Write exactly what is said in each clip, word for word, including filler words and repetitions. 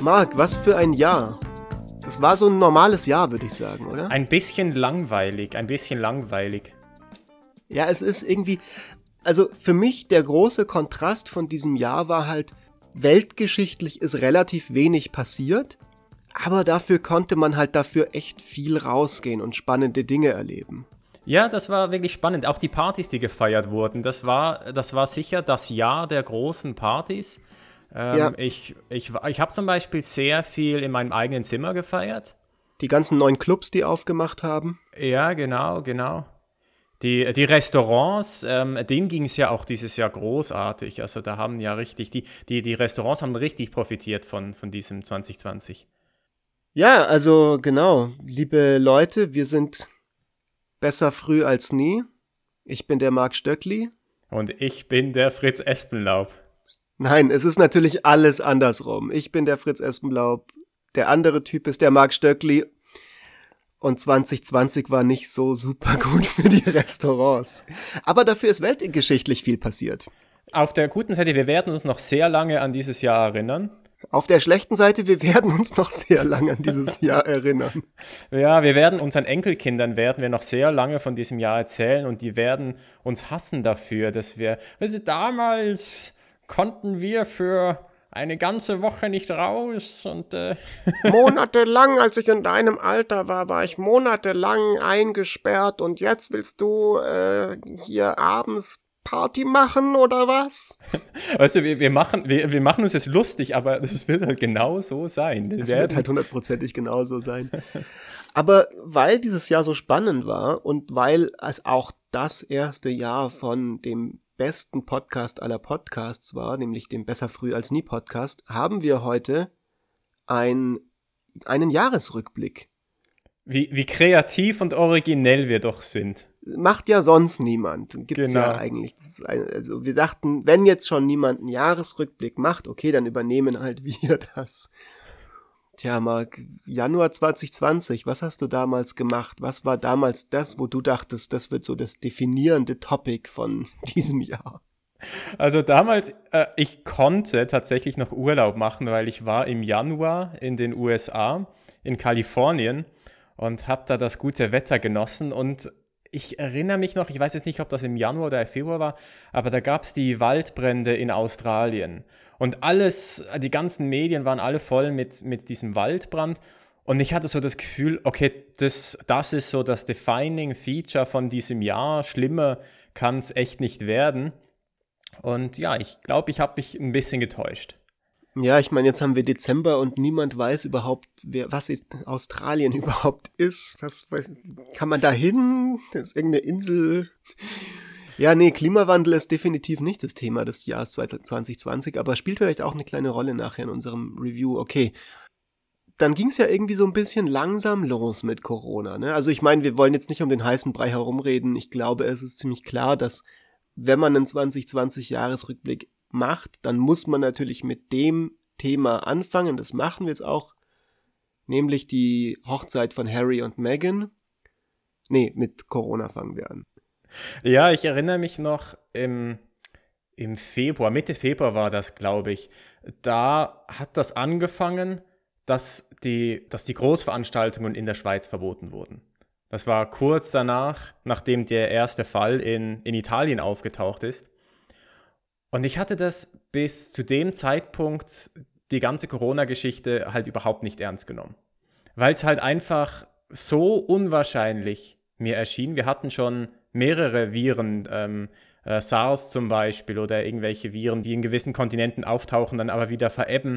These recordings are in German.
Marc, was für ein Jahr. Das war so ein normales Jahr, würde ich sagen, oder? Ein bisschen langweilig, ein bisschen langweilig. Ja, es ist irgendwie, also für mich der große Kontrast von diesem Jahr war halt, weltgeschichtlich ist relativ wenig passiert, aber dafür konnte man halt dafür echt viel rausgehen und spannende Dinge erleben. Ja, das war wirklich spannend. Auch die Partys, die gefeiert wurden, das war, das war sicher das Jahr der großen Partys. Ähm, Ja. Ich, ich, ich habe zum Beispiel sehr viel in meinem eigenen Zimmer gefeiert. Die ganzen neuen Clubs, die aufgemacht haben. Ja, genau, genau. Die, die Restaurants, ähm, denen ging es ja auch dieses Jahr großartig. Also da haben ja richtig, die, die, die Restaurants haben richtig profitiert von, von diesem zwanzig zwanzig. Ja, also genau, liebe Leute, wir sind besser früh als nie. Ich bin der Marc Stöckli. Und ich bin der Fritz Espenlaub. Nein, es ist natürlich alles andersrum. Ich bin der Fritz Espenlaub, der andere Typ ist der Marc Stöckli und zwanzig zwanzig war nicht so super gut für die Restaurants. Aber dafür ist weltgeschichtlich viel passiert. Auf der guten Seite, wir werden uns noch sehr lange an dieses Jahr erinnern. Auf der schlechten Seite, wir werden uns noch sehr lange an dieses Jahr erinnern. Ja, wir werden unseren Enkelkindern werden wir noch sehr lange von diesem Jahr erzählen und die werden uns hassen dafür, dass wir, also damals konnten wir für eine ganze Woche nicht raus und äh Monatelang, als ich in deinem Alter war, war ich monatelang eingesperrt und jetzt willst du äh, hier abends Party machen oder was? Also wir, wir, machen, wir, wir machen uns jetzt lustig, aber das wird halt genau so sein. Es wird halt hundertprozentig genauso sein. Aber weil dieses Jahr so spannend war und weil es auch das erste Jahr von dem besten Podcast aller Podcasts war, nämlich dem Besser früh als nie Podcast, haben wir heute ein, einen Jahresrückblick. Wie, wie kreativ und originell wir doch sind. Macht ja sonst niemand. Gibt's Genau. ja eigentlich. Das ist ein, also wir dachten, wenn jetzt schon niemand einen Jahresrückblick macht, okay, dann übernehmen halt wir das. Tja, Marc, Januar zwanzig zwanzig, was hast du damals gemacht? Was war damals das, wo du dachtest, das wird so das definierende Topic von diesem Jahr? Also damals, äh, ich konnte tatsächlich noch Urlaub machen, weil ich war im Januar in den U S A, in Kalifornien und habe da das gute Wetter genossen und ich erinnere mich noch, ich weiß jetzt nicht, ob das im Januar oder im Februar war, aber da gab es die Waldbrände in Australien. Und alles, die ganzen Medien waren alle voll mit, mit diesem Waldbrand. Und ich hatte so das Gefühl, okay, das, das ist so das Defining Feature von diesem Jahr. Schlimmer kann es echt nicht werden. Und ja, ich glaube, ich habe mich ein bisschen getäuscht. Ja, ich meine, jetzt haben wir Dezember und niemand weiß überhaupt, wer, was ist Australien überhaupt ist. Was weiß, kann man da hin? Das ist irgendeine Insel. Ja, nee, Klimawandel ist definitiv nicht das Thema des Jahres zwanzig zwanzig, aber spielt vielleicht auch eine kleine Rolle nachher in unserem Review. Okay, dann ging es ja irgendwie so ein bisschen langsam los mit Corona, ne? Also ich meine, wir wollen jetzt nicht um den heißen Brei herumreden. Ich glaube, es ist ziemlich klar, dass wenn man einen zwanzig zwanzig Jahresrückblick macht, dann muss man natürlich mit dem Thema anfangen. Das machen wir jetzt auch, nämlich die Hochzeit von Harry und Meghan. Nee, mit Corona fangen wir an. Ja, ich erinnere mich noch im, im Februar, Mitte Februar war das, glaube ich. Da hat das angefangen, dass die, dass die Großveranstaltungen in der Schweiz verboten wurden. Das war kurz danach, nachdem der erste Fall in, in Italien aufgetaucht ist. Und ich hatte das bis zu dem Zeitpunkt, die ganze Corona-Geschichte, halt überhaupt nicht ernst genommen. Weil es halt einfach so unwahrscheinlich mir erschien. Wir hatten schon mehrere Viren, ähm, äh, SARS zum Beispiel oder irgendwelche Viren, die in gewissen Kontinenten auftauchen, dann aber wieder verebben.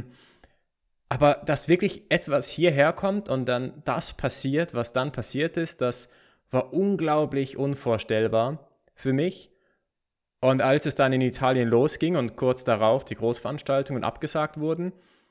Aber dass wirklich etwas hierher kommt und dann das passiert, was dann passiert ist, das war unglaublich unvorstellbar für mich. Und als es dann in Italien losging und kurz darauf die Großveranstaltungen abgesagt wurden,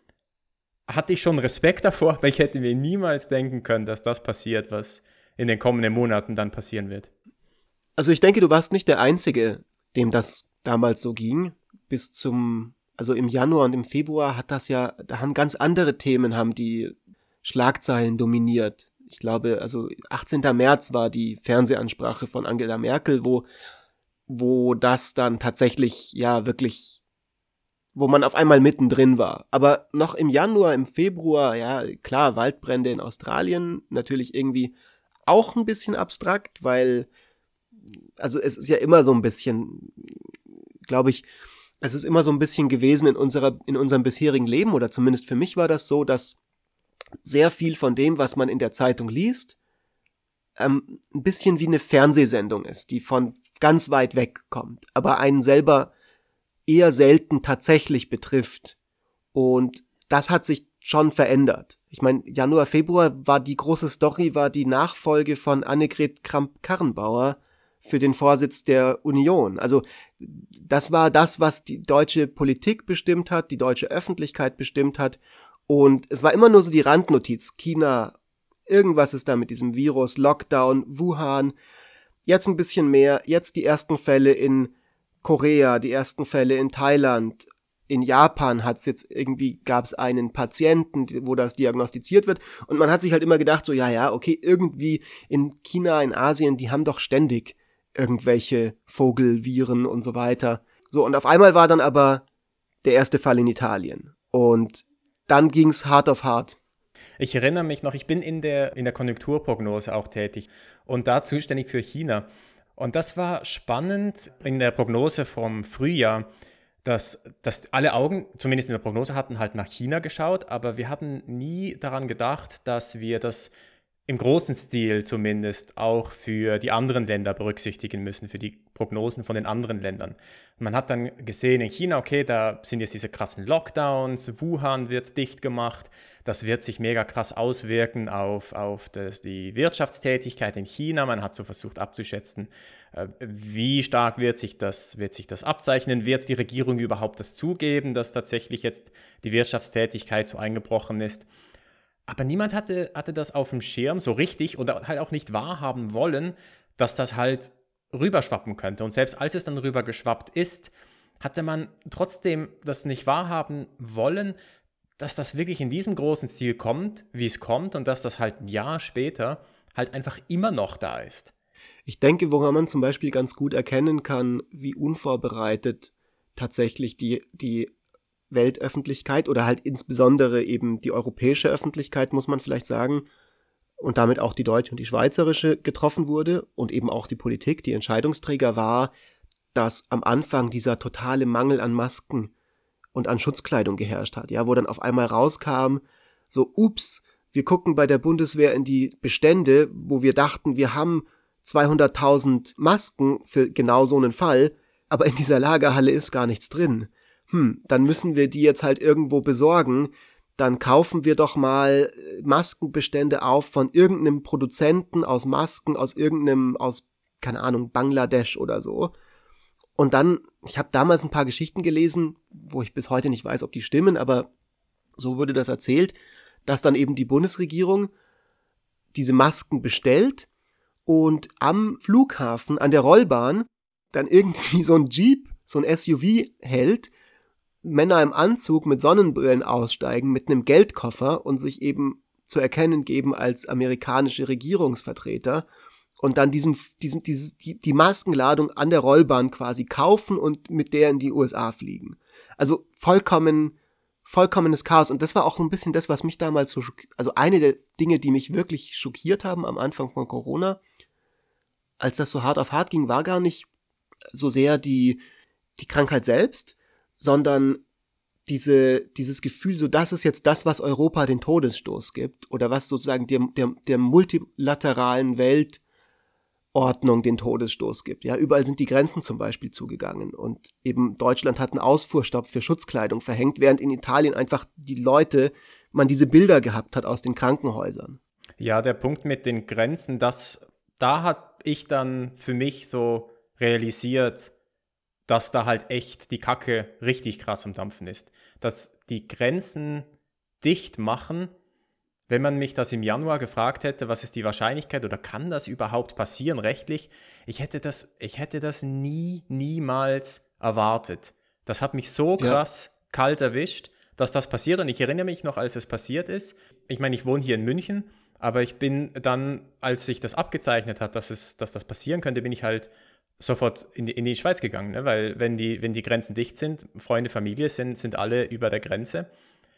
hatte ich schon Respekt davor, aber ich hätte mir niemals denken können, dass das passiert, was in den kommenden Monaten dann passieren wird. Also ich denke, du warst nicht der Einzige, dem das damals so ging. Bis zum, also im Januar und im Februar hat das ja, da haben ganz andere Themen, haben die Schlagzeilen dominiert. Ich glaube, also achtzehnten März war die Fernsehansprache von Angela Merkel, wo wo das dann tatsächlich ja wirklich wo man auf einmal mittendrin war. Aber noch im Januar, im Februar, ja, klar, Waldbrände in Australien, natürlich irgendwie auch ein bisschen abstrakt, weil, also es ist ja immer so ein bisschen, glaube ich, es ist immer so ein bisschen gewesen in unserer, in unserem bisherigen Leben, oder zumindest für mich war das so, dass sehr viel von dem, was man in der Zeitung liest, ähm, ein bisschen wie eine Fernsehsendung ist, die von ganz weit weg kommt, aber einen selber eher selten tatsächlich betrifft. Und das hat sich schon verändert. Ich meine, Januar, Februar war die große Story, war die Nachfolge von Annegret Kramp-Karrenbauer für den Vorsitz der Union. Also das war das, was die deutsche Politik bestimmt hat, die deutsche Öffentlichkeit bestimmt hat. Und es war immer nur so die Randnotiz. China, irgendwas ist da mit diesem Virus, Lockdown, Wuhan. Jetzt ein bisschen mehr, jetzt die ersten Fälle in Korea, die ersten Fälle in Thailand. In Japan hat's jetzt irgendwie, gab es einen Patienten, wo das diagnostiziert wird. Und man hat sich halt immer gedacht, so ja, ja, okay, irgendwie in China, in Asien, die haben doch ständig irgendwelche Vogelviren und so weiter. So, und auf einmal war dann aber der erste Fall in Italien. Und dann ging's hart auf hart. Ich erinnere mich noch, ich bin in der, in der Konjunkturprognose auch tätig und da zuständig für China. Und das war spannend in der Prognose vom Frühjahr, dass, dass alle Augen, zumindest in der Prognose, hatten halt nach China geschaut, aber wir hatten nie daran gedacht, dass wir das im großen Stil zumindest auch für die anderen Länder berücksichtigen müssen, für die Prognosen von den anderen Ländern. Man hat dann gesehen in China, okay, da sind jetzt diese krassen Lockdowns, Wuhan wird dicht gemacht, das wird sich mega krass auswirken auf, auf das, die Wirtschaftstätigkeit in China. Man hat so versucht abzuschätzen, äh, wie stark wird sich, das, wird sich das abzeichnen, wird die Regierung überhaupt das zugeben, dass tatsächlich jetzt die Wirtschaftstätigkeit so eingebrochen ist. Aber niemand hatte, hatte das auf dem Schirm so richtig oder halt auch nicht wahrhaben wollen, dass das halt rüberschwappen könnte. Und selbst als es dann rübergeschwappt ist, hatte man trotzdem das nicht wahrhaben wollen, dass das wirklich in diesem großen Stil kommt, wie es kommt, und dass das halt ein Jahr später halt einfach immer noch da ist. Ich denke, woran man zum Beispiel ganz gut erkennen kann, wie unvorbereitet tatsächlich die, die Weltöffentlichkeit oder halt insbesondere eben die europäische Öffentlichkeit, muss man vielleicht sagen, und damit auch die deutsche und die schweizerische getroffen wurde und eben auch die Politik, die Entscheidungsträger, war, dass am Anfang dieser totale Mangel an Masken und an Schutzkleidung geherrscht hat, ja, wo dann auf einmal rauskam, so, ups, wir gucken bei der Bundeswehr in die Bestände, wo wir dachten, wir haben zweihunderttausend Masken für genau so einen Fall, aber in dieser Lagerhalle ist gar nichts drin. Hm, dann müssen wir die jetzt halt irgendwo besorgen, dann kaufen wir doch mal Maskenbestände auf von irgendeinem Produzenten aus Masken, aus irgendeinem, aus, keine Ahnung, Bangladesch oder so. Und dann, ich habe damals ein paar Geschichten gelesen, wo ich bis heute nicht weiß, ob die stimmen, aber so wurde das erzählt, dass dann eben die Bundesregierung diese Masken bestellt und am Flughafen, an der Rollbahn, dann irgendwie so ein Jeep, so ein S U V hält, Männer im Anzug mit Sonnenbrillen aussteigen, mit einem Geldkoffer und sich eben zu erkennen geben als amerikanische Regierungsvertreter und dann diesem, diesem, diese, die, die Maskenladung an der Rollbahn quasi kaufen und mit der in die U S A fliegen. Also vollkommen, vollkommenes Chaos. Und das war auch so ein bisschen das, was mich damals so schockiert, also eine der Dinge, die mich wirklich schockiert haben am Anfang von Corona, als das so hart auf hart ging, war gar nicht so sehr die, die Krankheit selbst, sondern diese, dieses Gefühl, so das ist jetzt das, was Europa den Todesstoß gibt oder was sozusagen der, der, der multilateralen Weltordnung den Todesstoß gibt. Ja, überall sind die Grenzen zum Beispiel zugegangen und eben Deutschland hat einen Ausfuhrstopp für Schutzkleidung verhängt, während in Italien einfach die Leute, man diese Bilder gehabt hat aus den Krankenhäusern. Ja, der Punkt mit den Grenzen, das, da habe ich dann für mich so realisiert, dass da halt echt die Kacke richtig krass am Dampfen ist. Dass die Grenzen dicht machen, wenn man mich das im Januar gefragt hätte, was ist die Wahrscheinlichkeit oder kann das überhaupt passieren rechtlich, ich hätte das, ich hätte das nie, niemals erwartet. Das hat mich so krass ja. kalt erwischt, dass das passiert. Und ich erinnere mich noch, als es passiert ist. Ich meine, ich wohne hier in München, aber ich bin dann, als sich das abgezeichnet hat, dass, es, dass das passieren könnte, bin ich halt sofort in die, in die Schweiz gegangen, ne? Weil wenn die, wenn die Grenzen dicht sind, Freunde, Familie sind, sind alle über der Grenze.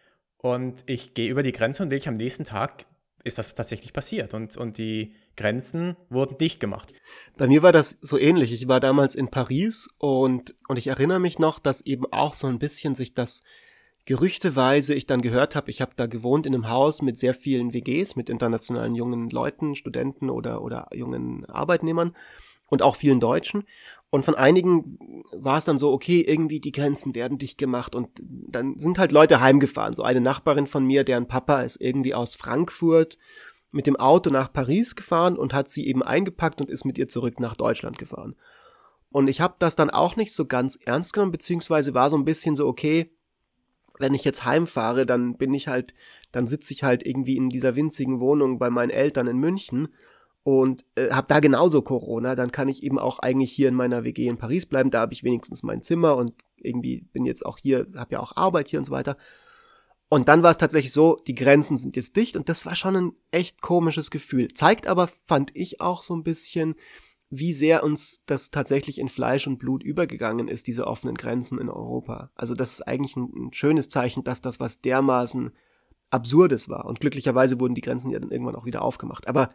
Und ich gehe über die Grenze und wirklich am nächsten Tag ist das tatsächlich passiert. Und, und die Grenzen wurden dicht gemacht. Bei mir war das so ähnlich. Ich war damals in Paris und, und ich erinnere mich noch, dass eben auch so ein bisschen sich das gerüchteweise ich dann gehört habe, ich habe da gewohnt in einem Haus mit sehr vielen W Gs, mit internationalen jungen Leuten, Studenten oder, oder jungen Arbeitnehmern und auch vielen Deutschen. Und von einigen war es dann so, okay, irgendwie die Grenzen werden dicht gemacht und dann sind halt Leute heimgefahren. So eine Nachbarin von mir, deren Papa ist irgendwie aus Frankfurt mit dem Auto nach Paris gefahren und hat sie eben eingepackt und ist mit ihr zurück nach Deutschland gefahren. Und ich habe das dann auch nicht so ganz ernst genommen, beziehungsweise war so ein bisschen so, okay, wenn ich jetzt heimfahre, dann bin ich halt, dann sitze ich halt irgendwie in dieser winzigen Wohnung bei meinen Eltern in München und äh, habe da genauso Corona, dann kann ich eben auch eigentlich hier in meiner W G in Paris bleiben, da habe ich wenigstens mein Zimmer und irgendwie bin jetzt auch hier, habe ja auch Arbeit hier und so weiter. Und dann war es tatsächlich so, die Grenzen sind jetzt dicht und das war schon ein echt komisches Gefühl. Zeigt aber, fand ich auch so ein bisschen, wie sehr uns das tatsächlich in Fleisch und Blut übergegangen ist, diese offenen Grenzen in Europa. Also das ist eigentlich ein, ein schönes Zeichen, dass das was dermaßen Absurdes war. Und glücklicherweise wurden die Grenzen ja dann irgendwann auch wieder aufgemacht. Aber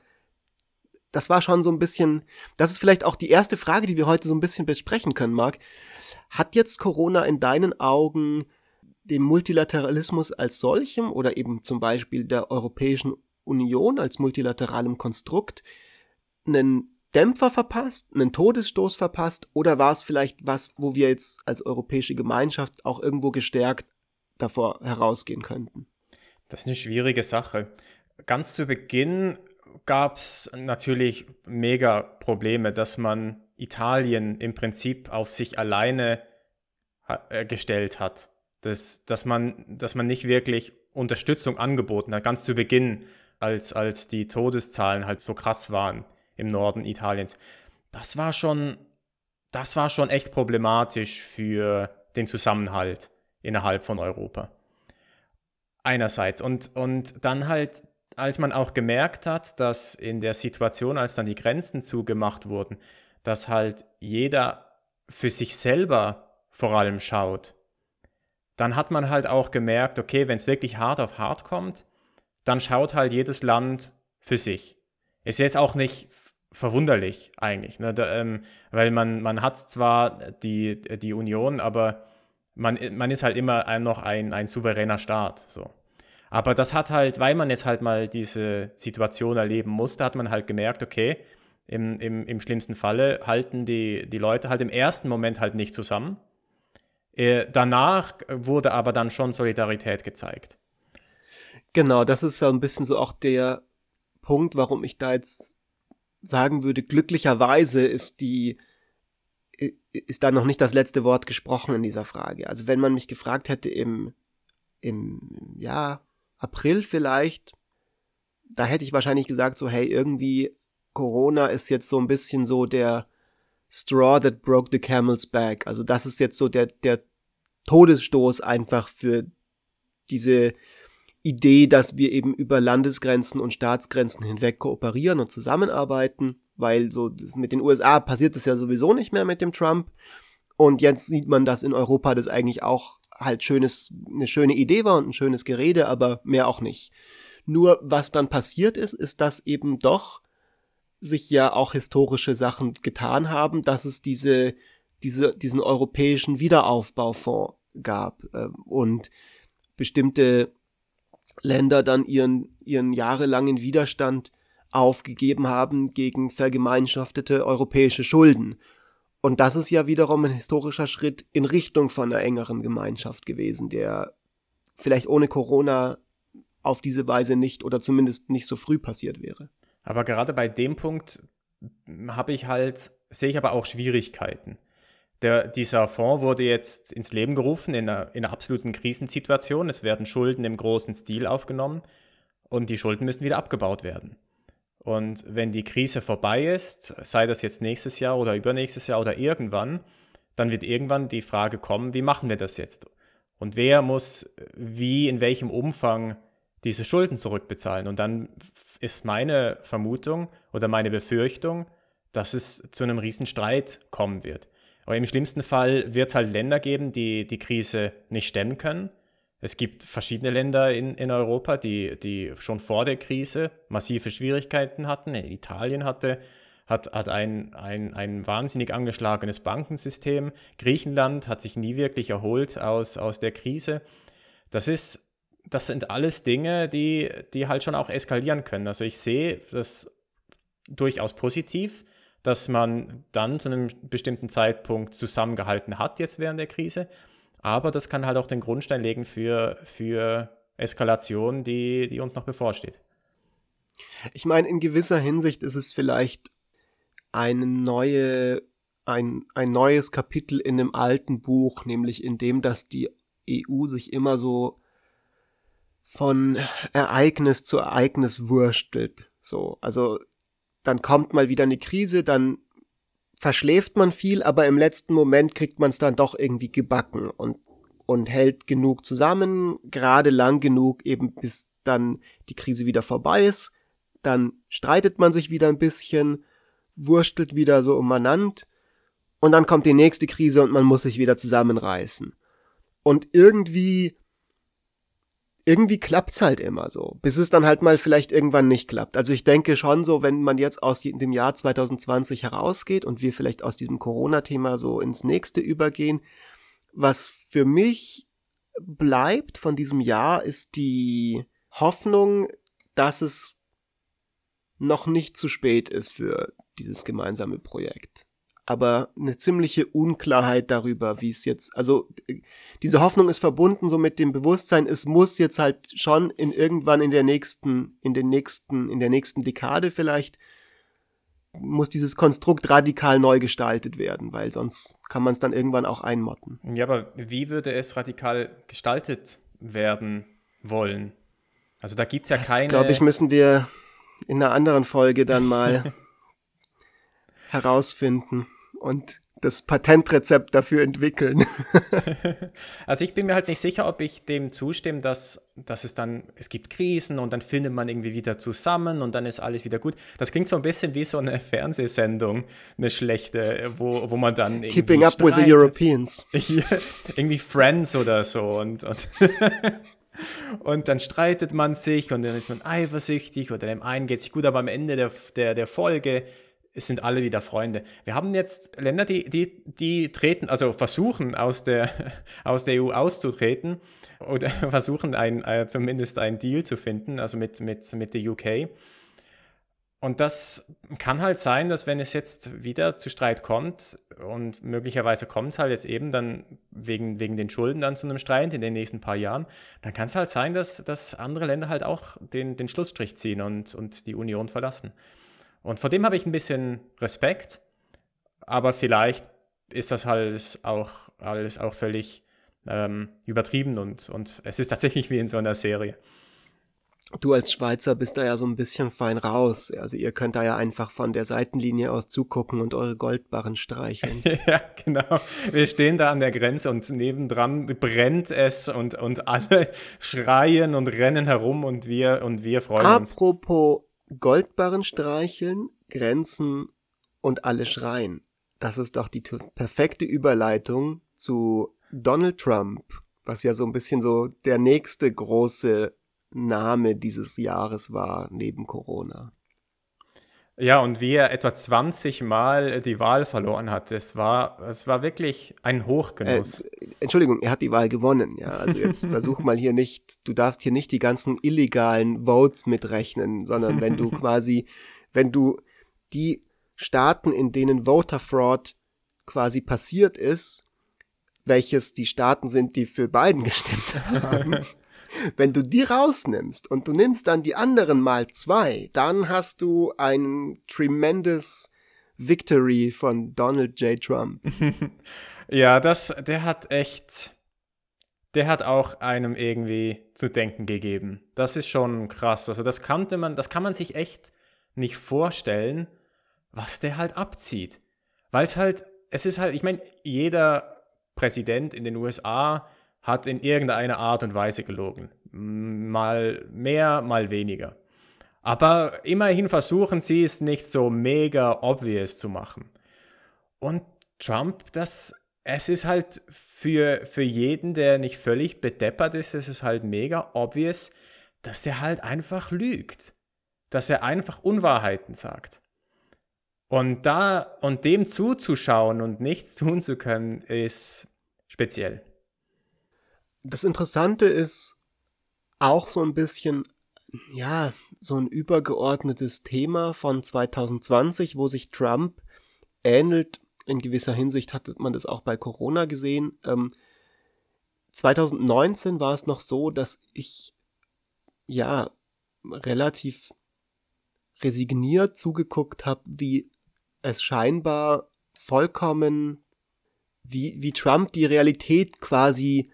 das war schon so ein bisschen, das ist vielleicht auch die erste Frage, die wir heute so ein bisschen besprechen können, Marc. Hat jetzt Corona in deinen Augen dem Multilateralismus als solchem oder eben zum Beispiel der Europäischen Union als multilateralem Konstrukt einen Dämpfer verpasst, einen Todesstoß verpasst oder war es vielleicht was, wo wir jetzt als europäische Gemeinschaft auch irgendwo gestärkt davor herausgehen könnten? Das ist eine schwierige Sache. Ganz zu Beginn gab es natürlich mega Probleme, dass man Italien im Prinzip auf sich alleine äh, gestellt hat. Das, dass man, dass man nicht wirklich Unterstützung angeboten hat, ganz zu Beginn, als, als die Todeszahlen halt so krass waren im Norden Italiens. Das war schon, das war schon echt problematisch für den Zusammenhalt innerhalb von Europa. Einerseits. Und, und dann halt, als man auch gemerkt hat, dass in der Situation, als dann die Grenzen zugemacht wurden, dass halt jeder für sich selber vor allem schaut, dann hat man halt auch gemerkt, okay, wenn es wirklich hart auf hart kommt, dann schaut halt jedes Land für sich. Ist jetzt auch nicht verwunderlich eigentlich, ne? Da, ähm, weil man, man hat zwar die, die Union, aber man, man ist halt immer ein, noch ein, ein souveräner Staat. So. Aber das hat halt, weil man jetzt halt mal diese Situation erleben musste, hat man halt gemerkt, okay, im, im, im schlimmsten Falle halten die, die Leute halt im ersten Moment halt nicht zusammen. Äh, danach wurde aber dann schon Solidarität gezeigt. Genau, das ist so ein bisschen so auch der Punkt, warum ich da jetzt sagen würde, glücklicherweise ist die ist da noch nicht das letzte Wort gesprochen in dieser Frage. Also wenn man mich gefragt hätte im, im ja, April vielleicht, da hätte ich wahrscheinlich gesagt so, hey, irgendwie Corona ist jetzt so ein bisschen so der Straw that broke the camel's back. Also das ist jetzt so der, der Todesstoß einfach für diese Idee, dass wir eben über Landesgrenzen und Staatsgrenzen hinweg kooperieren und zusammenarbeiten, weil so das mit den U S A passiert das ja sowieso nicht mehr mit dem Trump. Und jetzt sieht man, dass in Europa das eigentlich auch halt schönes, eine schöne Idee war und ein schönes Gerede, aber mehr auch nicht. Nur was dann passiert ist, ist, dass eben doch sich ja auch historische Sachen getan haben, dass es diese, diese, diesen europäischen Wiederaufbaufonds gab äh, und bestimmte Länder dann ihren, ihren jahrelangen Widerstand aufgegeben haben gegen vergemeinschaftete europäische Schulden. Und das ist ja wiederum ein historischer Schritt in Richtung von einer engeren Gemeinschaft gewesen, der vielleicht ohne Corona auf diese Weise nicht oder zumindest nicht so früh passiert wäre. Aber gerade bei dem Punkt habe ich halt, sehe ich aber auch Schwierigkeiten. Der, dieser Fonds wurde jetzt ins Leben gerufen in einer, in einer absoluten Krisensituation. Es werden Schulden im großen Stil aufgenommen und die Schulden müssen wieder abgebaut werden. Und wenn die Krise vorbei ist, sei das jetzt nächstes Jahr oder übernächstes Jahr oder irgendwann, dann wird irgendwann die Frage kommen, wie machen wir das jetzt? Und wer muss wie, in welchem Umfang diese Schulden zurückbezahlen? Und dann ist meine Vermutung oder meine Befürchtung, dass es zu einem Riesenstreit kommen wird. Aber im schlimmsten Fall wird es halt Länder geben, die die Krise nicht stemmen können. Es gibt verschiedene Länder in, in Europa, die, die schon vor der Krise massive Schwierigkeiten hatten. Italien hatte, hat, hat ein, ein, ein wahnsinnig angeschlagenes Bankensystem. Griechenland hat sich nie wirklich erholt aus, aus der Krise. Das ist, das sind alles Dinge, die, die halt schon auch eskalieren können. Also ich sehe das durchaus positiv, dass man dann zu einem bestimmten Zeitpunkt zusammengehalten hat jetzt während der Krise. Aber das kann halt auch den Grundstein legen für, für Eskalation, die, die uns noch bevorsteht. Ich meine, in gewisser Hinsicht ist es vielleicht eine neue, ein, ein neues Kapitel in einem alten Buch, nämlich in dem, dass die E U sich immer so von Ereignis zu Ereignis wurstelt. So, also dann kommt mal wieder eine Krise, dann verschläft man viel, aber im letzten Moment kriegt man es dann doch irgendwie gebacken und, und hält genug zusammen, gerade lang genug, eben bis dann die Krise wieder vorbei ist. Dann streitet man sich wieder ein bisschen, wurstelt wieder so umeinander und dann kommt die nächste Krise und man muss sich wieder zusammenreißen. Und irgendwie irgendwie klappt's halt immer so, bis es dann halt mal vielleicht irgendwann nicht klappt. Also ich denke schon so, wenn man jetzt aus dem Jahr zwanzig zwanzig herausgeht und wir vielleicht aus diesem Corona-Thema so ins nächste übergehen, was für mich bleibt von diesem Jahr, ist die Hoffnung, dass es noch nicht zu spät ist für dieses gemeinsame Projekt. Aber eine ziemliche Unklarheit darüber, wie es jetzt, also diese Hoffnung ist verbunden so mit dem Bewusstsein, es muss jetzt halt schon in irgendwann in der nächsten, in den nächsten, in der nächsten Dekade vielleicht, muss dieses Konstrukt radikal neu gestaltet werden, weil sonst kann man es dann irgendwann auch einmotten. Ja, aber wie würde es radikal gestaltet werden wollen? Also da gibt es ja das, keine... glaube ich, müssen wir in einer anderen Folge dann mal herausfinden und das Patentrezept dafür entwickeln. Also ich bin mir halt nicht sicher, ob ich dem zustimme, dass, dass es dann, es gibt Krisen und dann findet man irgendwie wieder zusammen und dann ist alles wieder gut. Das klingt so ein bisschen wie so eine Fernsehsendung, eine schlechte, wo, wo man dann irgendwie Keeping up streitet. with the Europeans. Irgendwie Friends oder so und, und und dann streitet man sich und dann ist man eifersüchtig oder dem einen geht es sich gut, aber am Ende der, der, der Folge sind alle wieder Freunde. Wir haben jetzt Länder, die, die, die treten, also versuchen aus der, aus der E U auszutreten oder versuchen ein, äh, zumindest einen Deal zu finden, also mit, mit, mit der U K. Und das kann halt sein, dass wenn es jetzt wieder zu Streit kommt und möglicherweise kommt es halt jetzt eben dann wegen, wegen den Schulden dann zu einem Streit in den nächsten paar Jahren, dann kann es halt sein, dass, dass andere Länder halt auch den, den Schlussstrich ziehen und, und die Union verlassen. Und vor dem habe ich ein bisschen Respekt, aber vielleicht ist das alles auch, alles auch völlig ähm, übertrieben und, und es ist tatsächlich wie in so einer Serie. Du als Schweizer bist da ja so ein bisschen fein raus. Also ihr könnt da ja einfach von der Seitenlinie aus zugucken und eure Goldbarren streicheln. Ja, genau. Wir stehen da an der Grenze und nebendran brennt es und, und alle schreien und rennen herum und wir, und wir freuen uns. Apropos Goldbarren streicheln, Grenzen und alle schreien. Das ist doch die t- perfekte Überleitung zu Donald Trump, was ja so ein bisschen so der nächste große Name dieses Jahres war, neben Corona. Ja, und wie er etwa zwanzig Mal die Wahl verloren hat, es war, es war wirklich ein Hochgenuss. Äh, Entschuldigung, er hat die Wahl gewonnen, ja. Also jetzt versuch mal hier nicht, du darfst hier nicht die ganzen illegalen Votes mitrechnen, sondern wenn du quasi, wenn du die Staaten, in denen Voter Fraud quasi passiert ist, welches die Staaten sind, die für Biden gestimmt haben, wenn du die rausnimmst und du nimmst dann die anderen mal zwei, dann hast du ein tremendous Victory von Donald J. Trump. Ja, das, der hat echt, der hat auch einem irgendwie zu denken gegeben. Das ist schon krass. Also das kannte man, das kann man sich echt nicht vorstellen, was der halt abzieht. Weil es halt, es ist halt, ich meine, jeder Präsident in den U S A hat in irgendeiner Art und Weise gelogen. Mal mehr, mal weniger. Aber immerhin versuchen sie es nicht so mega obvious zu machen. Und Trump, das, es ist halt für, für jeden, der nicht völlig bedeppert ist, es ist halt mega obvious, dass er halt einfach lügt. Dass er einfach Unwahrheiten sagt. Und da und dem zuzuschauen und nichts tun zu können, ist speziell. Das Interessante ist auch so ein bisschen, ja, so ein übergeordnetes Thema von zwanzig zwanzig, wo sich Trump ähnelt. In gewisser Hinsicht hat man das auch bei Corona gesehen. Ähm, zwanzig neunzehn war es noch so, dass ich ja relativ resigniert zugeguckt habe, wie es scheinbar vollkommen, wie, wie Trump die Realität quasi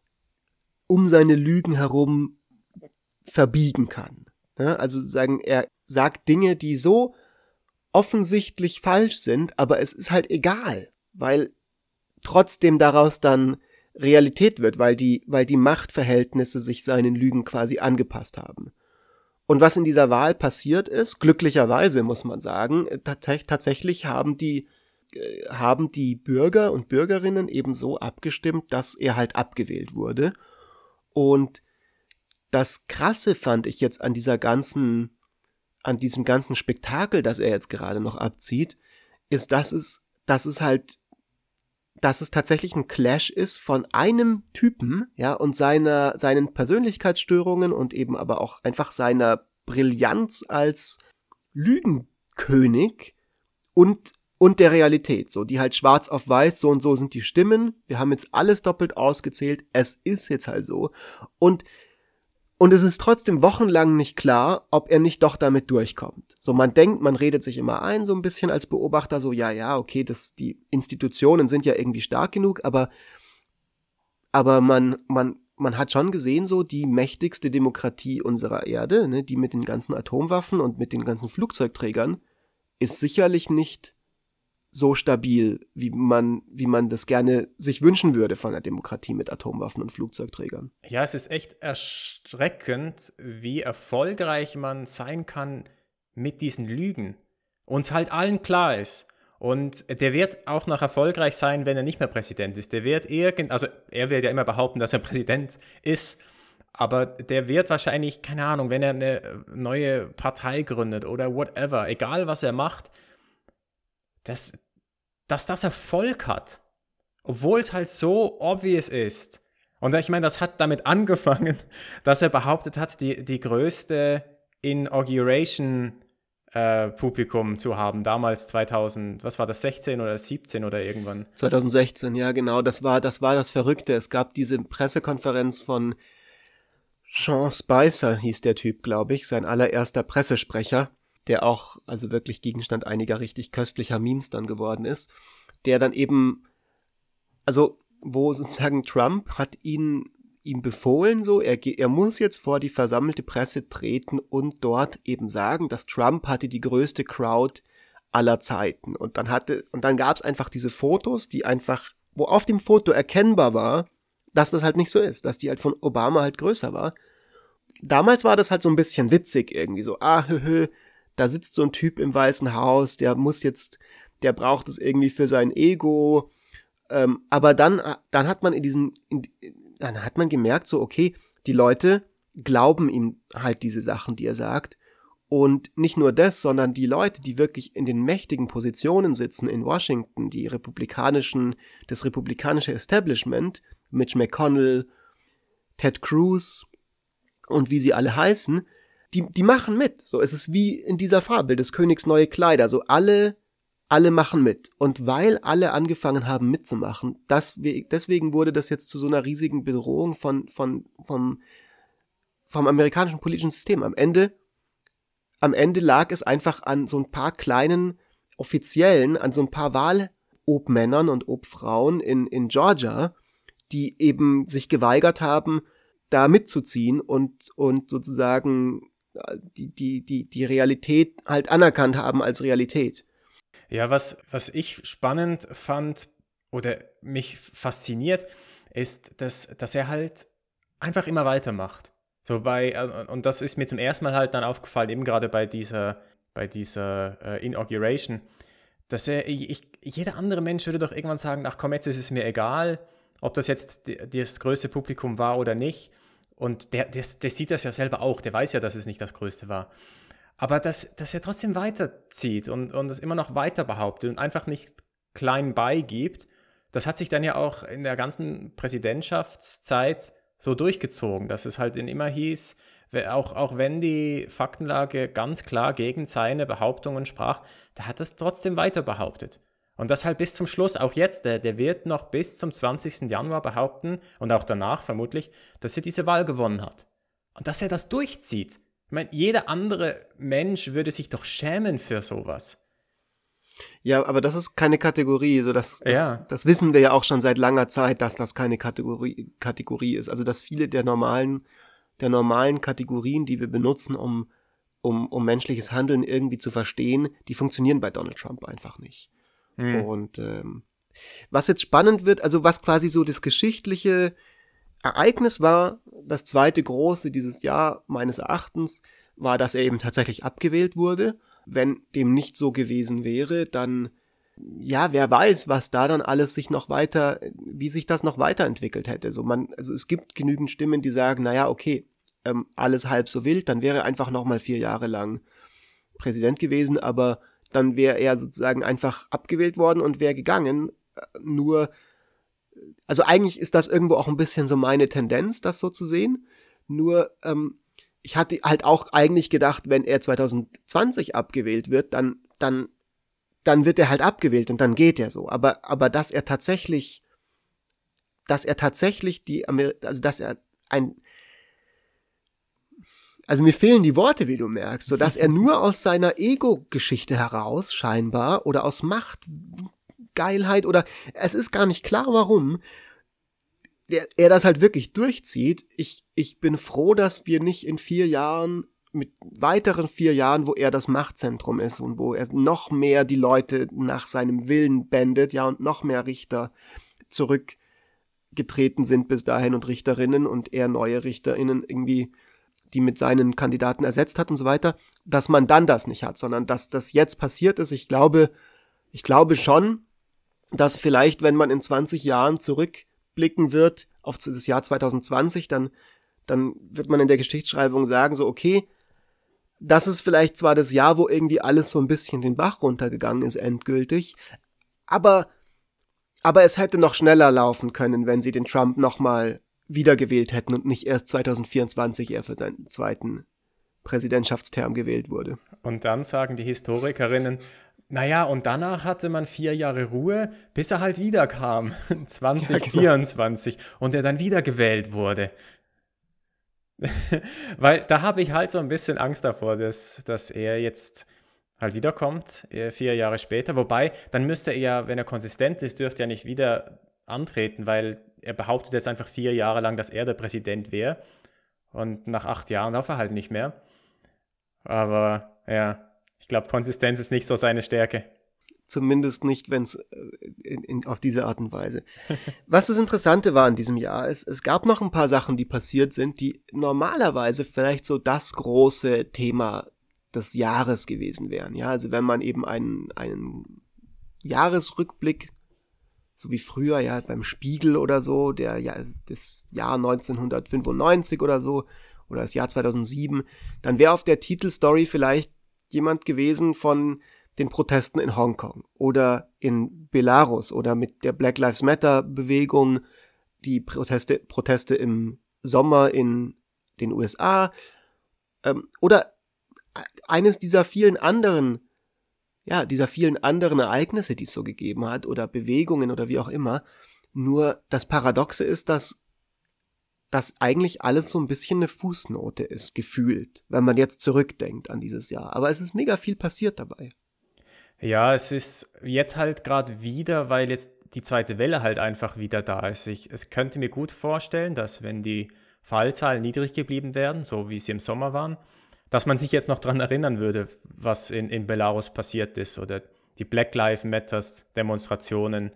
um seine Lügen herum verbiegen kann. Ja, also sagen, er sagt Dinge, die so offensichtlich falsch sind, aber es ist halt egal, weil trotzdem daraus dann Realität wird, weil die, weil die Machtverhältnisse sich seinen Lügen quasi angepasst haben. Und was in dieser Wahl passiert ist, glücklicherweise muss man sagen, tats- tatsächlich haben die, äh, haben die Bürger und Bürgerinnen eben so abgestimmt, dass er halt abgewählt wurde. Und das Krasse fand ich jetzt an dieser ganzen, an diesem ganzen Spektakel, das er jetzt gerade noch abzieht, ist, dass es, dass es halt, dass es tatsächlich ein Clash ist von einem Typen, ja, und seiner, seinen Persönlichkeitsstörungen und eben aber auch einfach seiner Brillanz als Lügenkönig und, und der Realität, so, die halt schwarz auf weiß, so und so sind die Stimmen, wir haben jetzt alles doppelt ausgezählt, es ist jetzt halt so. Und Und es ist trotzdem wochenlang nicht klar, ob er nicht doch damit durchkommt. So, man denkt, man redet sich immer ein, so ein bisschen als Beobachter, so, ja, ja, okay, das, die Institutionen sind ja irgendwie stark genug, aber, aber man, man, man hat schon gesehen, so, die mächtigste Demokratie unserer Erde, ne, die mit den ganzen Atomwaffen und mit den ganzen Flugzeugträgern, ist sicherlich nicht so stabil, wie man, wie man das gerne sich wünschen würde von einer Demokratie mit Atomwaffen und Flugzeugträgern. Ja, es ist echt erschreckend, wie erfolgreich man sein kann mit diesen Lügen. Uns halt allen klar ist. Und der wird auch noch erfolgreich sein, wenn er nicht mehr Präsident ist. Der wird irgend, also er wird ja immer behaupten, dass er Präsident ist, aber der wird wahrscheinlich, keine Ahnung, wenn er eine neue Partei gründet oder whatever, egal was er macht, dass, dass das Erfolg hat. Obwohl es halt so obvious ist. Und ich meine, das hat damit angefangen, dass er behauptet hat, die, die größte Inauguration-Publikum äh, zu haben, damals zweitausend, was war das, sechzehn oder siebzehn oder irgendwann? zwanzig sechzehn, ja genau, das war, das war das Verrückte. Es gab diese Pressekonferenz von Sean Spicer, hieß der Typ, glaube ich, sein allererster Pressesprecher, der auch also wirklich Gegenstand einiger richtig köstlicher Memes dann geworden ist, der dann eben, also wo sozusagen Trump hat ihn ihm befohlen, so, er, er muss jetzt vor die versammelte Presse treten und dort eben sagen, dass Trump hatte die größte Crowd aller Zeiten. Und dann hatte, und dann gab es einfach diese Fotos, die einfach, wo auf dem Foto erkennbar war, dass das halt nicht so ist, dass die halt von Obama halt größer war. Damals war das halt so ein bisschen witzig irgendwie, so, ah, hö, hö, da sitzt so ein Typ im Weißen Haus, der muss jetzt, der braucht es irgendwie für sein Ego. Ähm, aber dann, dann hat man in diesen, in, dann hat man gemerkt, so, okay, die Leute glauben ihm halt diese Sachen, die er sagt. Und nicht nur das, sondern die Leute, die wirklich in den mächtigen Positionen sitzen in Washington, die republikanischen, das republikanische Establishment, Mitch McConnell, Ted Cruz und wie sie alle heißen, die, die machen mit. So, es ist wie in dieser Fabel des Königs neue Kleider. So, alle Alle machen mit. Und weil alle angefangen haben mitzumachen, das, deswegen wurde das jetzt zu so einer riesigen Bedrohung von, von, vom, vom amerikanischen politischen System. Am Ende, am Ende lag es einfach an so ein paar kleinen Offiziellen, an so ein paar Wahlobmännern und Obfrauen in, in Georgia, die eben sich geweigert haben, da mitzuziehen und, und sozusagen die, die, die, die Realität halt anerkannt haben als Realität. Ja, was, was ich spannend fand oder mich fasziniert, ist, dass, dass er halt einfach immer weitermacht. So bei, äh, und das ist mir zum ersten Mal halt dann aufgefallen, eben gerade bei dieser, bei dieser äh, Inauguration, dass er, ich, jeder andere Mensch würde doch irgendwann sagen, ach komm, jetzt ist es mir egal, ob das jetzt die, das größte Publikum war oder nicht. Und der, der, der sieht das ja selber auch, der weiß ja, dass es nicht das größte war. Aber dass, dass er trotzdem weiterzieht und, und es immer noch weiter behauptet und einfach nicht klein beigibt, das hat sich dann ja auch in der ganzen Präsidentschaftszeit so durchgezogen, dass es halt immer hieß, auch, auch wenn die Faktenlage ganz klar gegen seine Behauptungen sprach, der hat das trotzdem weiter behauptet. Und das halt bis zum Schluss, auch jetzt, der, der wird noch bis zum zwanzigsten Januar behaupten und auch danach vermutlich, dass er diese Wahl gewonnen hat. Und dass er das durchzieht. Ich meine, jeder andere Mensch würde sich doch schämen für sowas. Ja, aber das ist keine Kategorie. So das, das, Ja. das wissen wir ja auch schon seit langer Zeit, dass das keine Kategorie, Kategorie ist. Also dass viele der normalen, der normalen Kategorien, die wir benutzen, um, um, um menschliches Handeln irgendwie zu verstehen, die funktionieren bei Donald Trump einfach nicht. Hm. Und ähm, was jetzt spannend wird, also was quasi so das geschichtliche Ereignis war, das zweite große dieses Jahr meines Erachtens, war, dass er eben tatsächlich abgewählt wurde. Wenn dem nicht so gewesen wäre, dann, ja, wer weiß, was da dann alles sich noch weiter, wie sich das noch weiterentwickelt hätte. So man, also es gibt genügend Stimmen, die sagen, naja, okay, ähm, alles halb so wild, dann wäre er einfach nochmal vier Jahre lang Präsident gewesen, aber dann wäre er sozusagen einfach abgewählt worden und wäre gegangen. Nur, also eigentlich ist das irgendwo auch ein bisschen so meine Tendenz, das so zu sehen. Nur, ähm, ich hatte halt auch eigentlich gedacht, wenn er zwanzig zwanzig abgewählt wird, dann, dann, dann wird er halt abgewählt und dann geht er so. Aber, aber dass er tatsächlich, dass er tatsächlich die, Amer- also dass er ein, also mir fehlen die Worte, wie du merkst, so dass er nur aus seiner Ego-Geschichte heraus scheinbar oder aus Machtgeilheit oder es ist gar nicht klar, warum er, er das halt wirklich durchzieht. Ich, ich bin froh, dass wir nicht in vier Jahren, mit weiteren vier Jahren, wo er das Machtzentrum ist und wo er noch mehr die Leute nach seinem Willen bändet, ja, und noch mehr Richter zurückgetreten sind bis dahin und Richterinnen und er neue RichterInnen irgendwie, die mit seinen Kandidaten ersetzt hat und so weiter, dass man dann das nicht hat, sondern dass das jetzt passiert ist. Ich glaube, ich glaube schon, dass vielleicht, wenn man in zwanzig Jahren zurückblicken wird auf das Jahr zwanzig zwanzig, dann, dann wird man in der Geschichtsschreibung sagen, so okay, das ist vielleicht zwar das Jahr, wo irgendwie alles so ein bisschen den Bach runtergegangen ist, endgültig, aber, aber es hätte noch schneller laufen können, wenn sie den Trump nochmal wiedergewählt hätten und nicht erst zwanzig vierundzwanzig er für seinen zweiten Präsidentschaftsterm gewählt wurde. Und dann sagen die Historikerinnen, naja, und danach hatte man vier Jahre Ruhe, bis er halt wieder kam, zwanzig vierundzwanzig, ja, genau. Und er dann wieder gewählt wurde. Weil da habe ich halt so ein bisschen Angst davor, dass, dass er jetzt halt wiederkommt, vier Jahre später. Wobei, dann müsste er ja, wenn er konsistent ist, dürfte er nicht wieder antreten, weil er behauptet jetzt einfach vier Jahre lang, dass er der Präsident wäre. Und nach acht Jahren darf er halt nicht mehr. Aber ja, ich glaube, Konsistenz ist nicht so seine Stärke. Zumindest nicht, wenn es auf diese Art und Weise. Was das Interessante war in diesem Jahr, ist, es gab noch ein paar Sachen, die passiert sind, die normalerweise vielleicht so das große Thema des Jahres gewesen wären. Ja, also wenn man eben einen, einen Jahresrückblick, so wie früher ja beim Spiegel oder so, der ja das Jahr neunzehnhundertfünfundneunzig oder so, oder das Jahr zweitausendsieben, dann wäre auf der Titelstory vielleicht jemand gewesen von den Protesten in Hongkong oder in Belarus oder mit der Black Lives Matter Bewegung, die Proteste, Proteste im Sommer in den U S A, ähm, oder eines dieser vielen anderen, ja, dieser vielen anderen Ereignisse, die es so gegeben hat oder Bewegungen oder wie auch immer. Nur das Paradoxe ist, dass dass eigentlich alles so ein bisschen eine Fußnote ist, gefühlt, wenn man jetzt zurückdenkt an dieses Jahr. Aber es ist mega viel passiert dabei. Ja, es ist jetzt halt gerade wieder, weil jetzt die zweite Welle halt einfach wieder da ist. Ich es könnte mir gut vorstellen, dass wenn die Fallzahlen niedrig geblieben wären, so wie sie im Sommer waren, dass man sich jetzt noch daran erinnern würde, was in, in Belarus passiert ist oder die Black Lives Matters Demonstrationen,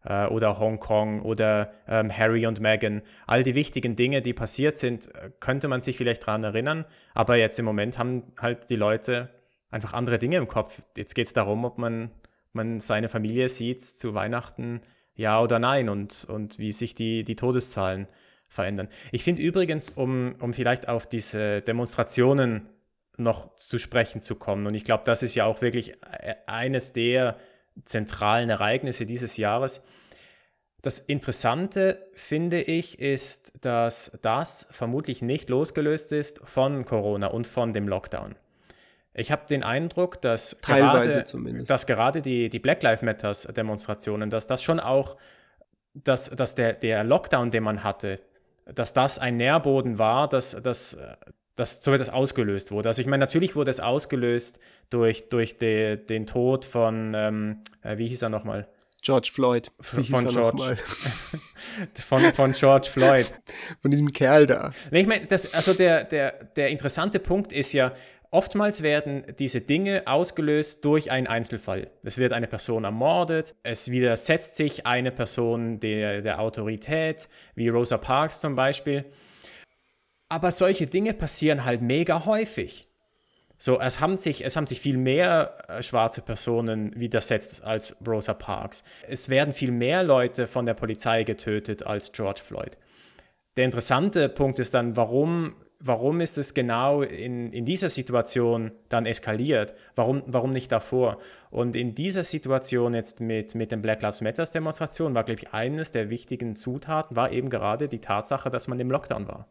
äh, oder Hongkong oder ähm, Harry und Meghan. All die wichtigen Dinge, die passiert sind, könnte man sich vielleicht daran erinnern, aber jetzt im Moment haben halt die Leute einfach andere Dinge im Kopf. Jetzt geht es darum, ob man, man seine Familie sieht zu Weihnachten, ja oder nein, und, und wie sich die, die Todeszahlen verändern. Ich finde übrigens, um, um vielleicht auf diese Demonstrationen noch zu sprechen zu kommen, und ich glaube, das ist ja auch wirklich eines der zentralen Ereignisse dieses Jahres. Das Interessante, finde ich, ist, dass das vermutlich nicht losgelöst ist von Corona und von dem Lockdown. Ich habe den Eindruck, dass Teilweise gerade, zumindest. dass gerade die, die Black Lives Matter Demonstrationen, dass das schon auch, dass, dass der, der Lockdown, den man hatte, dass das ein Nährboden war, dass, dass, dass so etwas ausgelöst wurde. Also ich meine, natürlich wurde es ausgelöst durch, durch de, den Tod von, ähm, äh, wie hieß er nochmal? George Floyd. Wie von, George, von, von George Floyd. Von diesem Kerl da. Nee, ich meine, das, also der, der, der interessante Punkt ist ja, oftmals werden diese Dinge ausgelöst durch einen Einzelfall. Es wird eine Person ermordet, es widersetzt sich eine Person der, der Autorität, wie Rosa Parks zum Beispiel. Aber solche Dinge passieren halt mega häufig. So, es haben sich, es haben sich viel mehr äh, schwarze Personen widersetzt als Rosa Parks. Es werden viel mehr Leute von der Polizei getötet als George Floyd. Der interessante Punkt ist dann, warum, warum ist es genau in, in dieser Situation dann eskaliert? Warum, warum nicht davor? Und in dieser Situation jetzt mit, mit den Black Lives Matter Demonstrationen war, glaube ich, eines der wichtigen Zutaten, war eben gerade die Tatsache, dass man im Lockdown war.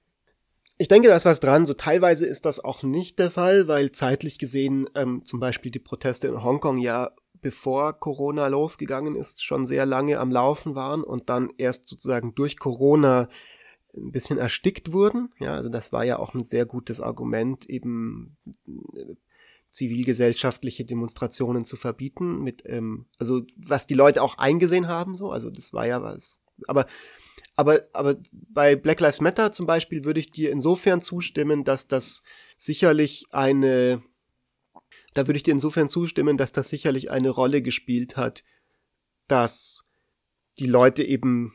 Ich denke, da ist was dran. So teilweise ist das auch nicht der Fall, weil zeitlich gesehen ähm, zum Beispiel die Proteste in Hongkong ja, bevor Corona losgegangen ist, schon sehr lange am Laufen waren und dann erst sozusagen durch Corona ein bisschen erstickt wurden. Ja, also das war ja auch ein sehr gutes Argument, eben äh, zivilgesellschaftliche Demonstrationen zu verbieten. Mit, ähm, also was die Leute auch eingesehen haben, so. Also das war ja was. Aber Aber, aber bei Black Lives Matter zum Beispiel würde ich dir insofern zustimmen, dass das sicherlich eine, da würde ich dir insofern zustimmen, dass das sicherlich eine Rolle gespielt hat, dass die Leute eben,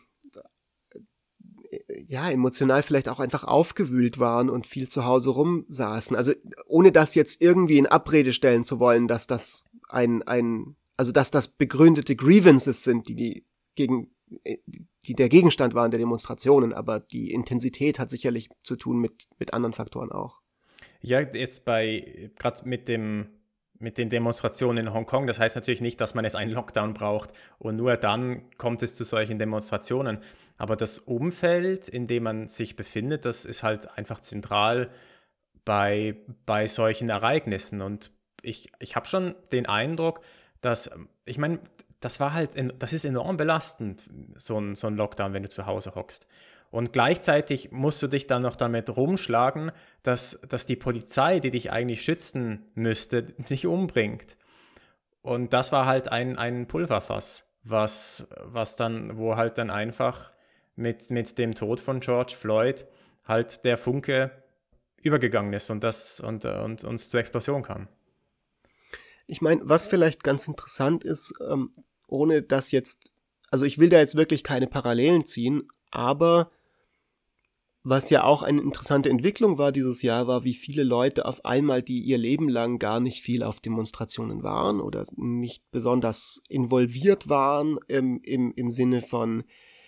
ja, emotional vielleicht auch einfach aufgewühlt waren und viel zu Hause rumsaßen. Also ohne das jetzt irgendwie in Abrede stellen zu wollen, dass das ein, ein, also dass das begründete Grievances sind, die die gegen die der Gegenstand waren der Demonstrationen, aber die Intensität hat sicherlich zu tun mit, mit anderen Faktoren auch. Ja, jetzt bei, gerade mit dem, mit den Demonstrationen in Hongkong, das heißt natürlich nicht, dass man jetzt einen Lockdown braucht und nur dann kommt es zu solchen Demonstrationen. Aber das Umfeld, in dem man sich befindet, das ist halt einfach zentral bei, bei solchen Ereignissen. Und ich, ich habe schon den Eindruck, dass, ich meine, das war halt, das ist enorm belastend, so ein, so ein Lockdown, wenn du zu Hause hockst. Und gleichzeitig musst du dich dann noch damit rumschlagen, dass, dass die Polizei, die dich eigentlich schützen müsste, dich umbringt. Und das war halt ein, ein Pulverfass, was, was dann, wo halt dann einfach mit, mit dem Tod von George Floyd halt der Funke übergegangen ist und das und, und uns zur Explosion kam. Ich meine, was vielleicht ganz interessant ist, ähm, ohne das jetzt, also ich will da jetzt wirklich keine Parallelen ziehen, aber was ja auch eine interessante Entwicklung war dieses Jahr, war, wie viele Leute auf einmal, die ihr Leben lang gar nicht viel auf Demonstrationen waren oder nicht besonders involviert waren im, im, im Sinne von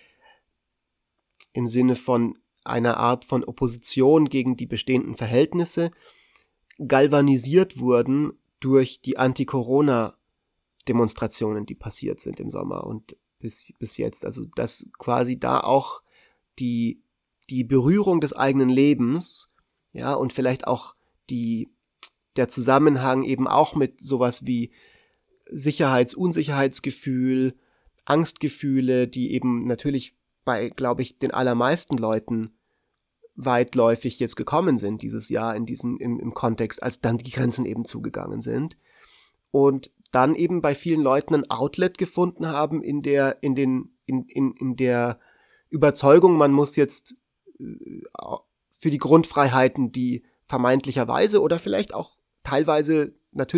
im Sinne von einer Art von Opposition gegen die bestehenden Verhältnisse, galvanisiert wurden durch die Anti-Corona-Demonstrationen, die passiert sind im Sommer und bis, bis jetzt. Also dass quasi da auch die, die Berührung des eigenen Lebens, ja, und vielleicht auch die, der Zusammenhang eben auch mit sowas wie Sicherheits-, Unsicherheitsgefühl, Angstgefühle, die eben natürlich bei, glaube ich, den allermeisten Leuten weitläufig jetzt gekommen sind dieses Jahr in diesen, im, im Kontext, als dann die Grenzen eben zugegangen sind. Und dann eben bei vielen Leuten ein Outlet gefunden haben in der, in den, in, in, in der Überzeugung, man muss jetzt für die Grundfreiheiten, die vermeintlicherweise oder vielleicht auch teilweise natürlich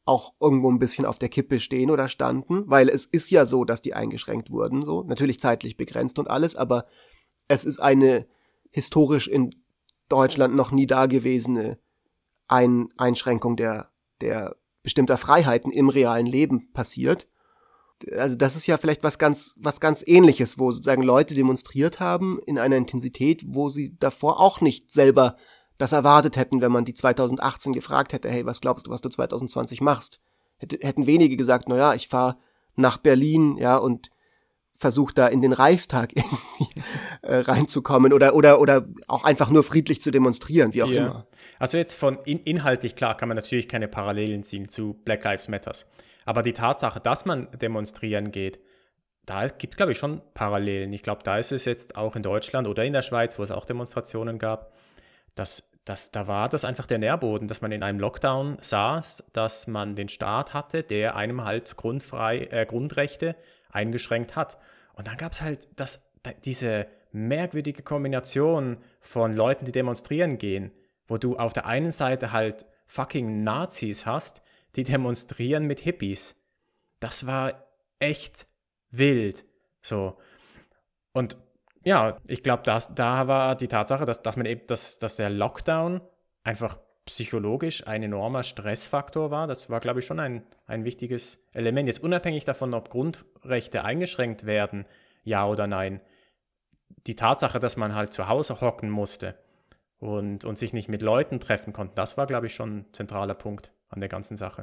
auch irgendwo ein bisschen auf der Kippe stehen oder standen, weil es ist ja so, dass die eingeschränkt wurden, so natürlich zeitlich begrenzt und alles, aber es ist eine historisch in Deutschland noch nie dagewesene Ein- Einschränkung der, der bestimmter Freiheiten im realen Leben passiert. Also das ist ja vielleicht was ganz, was ganz Ähnliches, wo sozusagen Leute demonstriert haben in einer Intensität, wo sie davor auch nicht selber das erwartet hätten, wenn man die zwanzig achtzehn gefragt hätte, hey, was glaubst du, was du zwanzig zwanzig machst? Hätte, hätten wenige gesagt, naja, ich fahre nach Berlin, ja, und versuche da in den Reichstag irgendwie äh, reinzukommen oder, oder, oder auch einfach nur friedlich zu demonstrieren, wie auch Ja. immer. Also jetzt von in, inhaltlich, klar, kann man natürlich keine Parallelen ziehen zu Black Lives Matters. Aber die Tatsache, dass man demonstrieren geht, da gibt es, glaube ich, schon Parallelen. Ich glaube, da ist es jetzt auch in Deutschland oder in der Schweiz, wo es auch Demonstrationen gab, dass, dass, da war das einfach der Nährboden, dass man in einem Lockdown saß, dass man den Staat hatte, der einem halt grundfrei, äh, Grundrechte eingeschränkt hat. Und dann gab es halt das, diese merkwürdige Kombination von Leuten, die demonstrieren gehen, wo du auf der einen Seite halt fucking Nazis hast, die demonstrieren mit Hippies. Das war echt wild. So. Und ja, ich glaube, da war die Tatsache, dass, dass man eben, dass, dass der Lockdown einfach psychologisch ein enormer Stressfaktor war. Das war, glaube ich, schon ein, ein wichtiges Element. Jetzt unabhängig davon, ob Grundrechte eingeschränkt werden, ja oder nein. Die Tatsache, dass man halt zu Hause hocken musste und, und sich nicht mit Leuten treffen konnte, das war, glaube ich, schon ein zentraler Punkt an der ganzen Sache.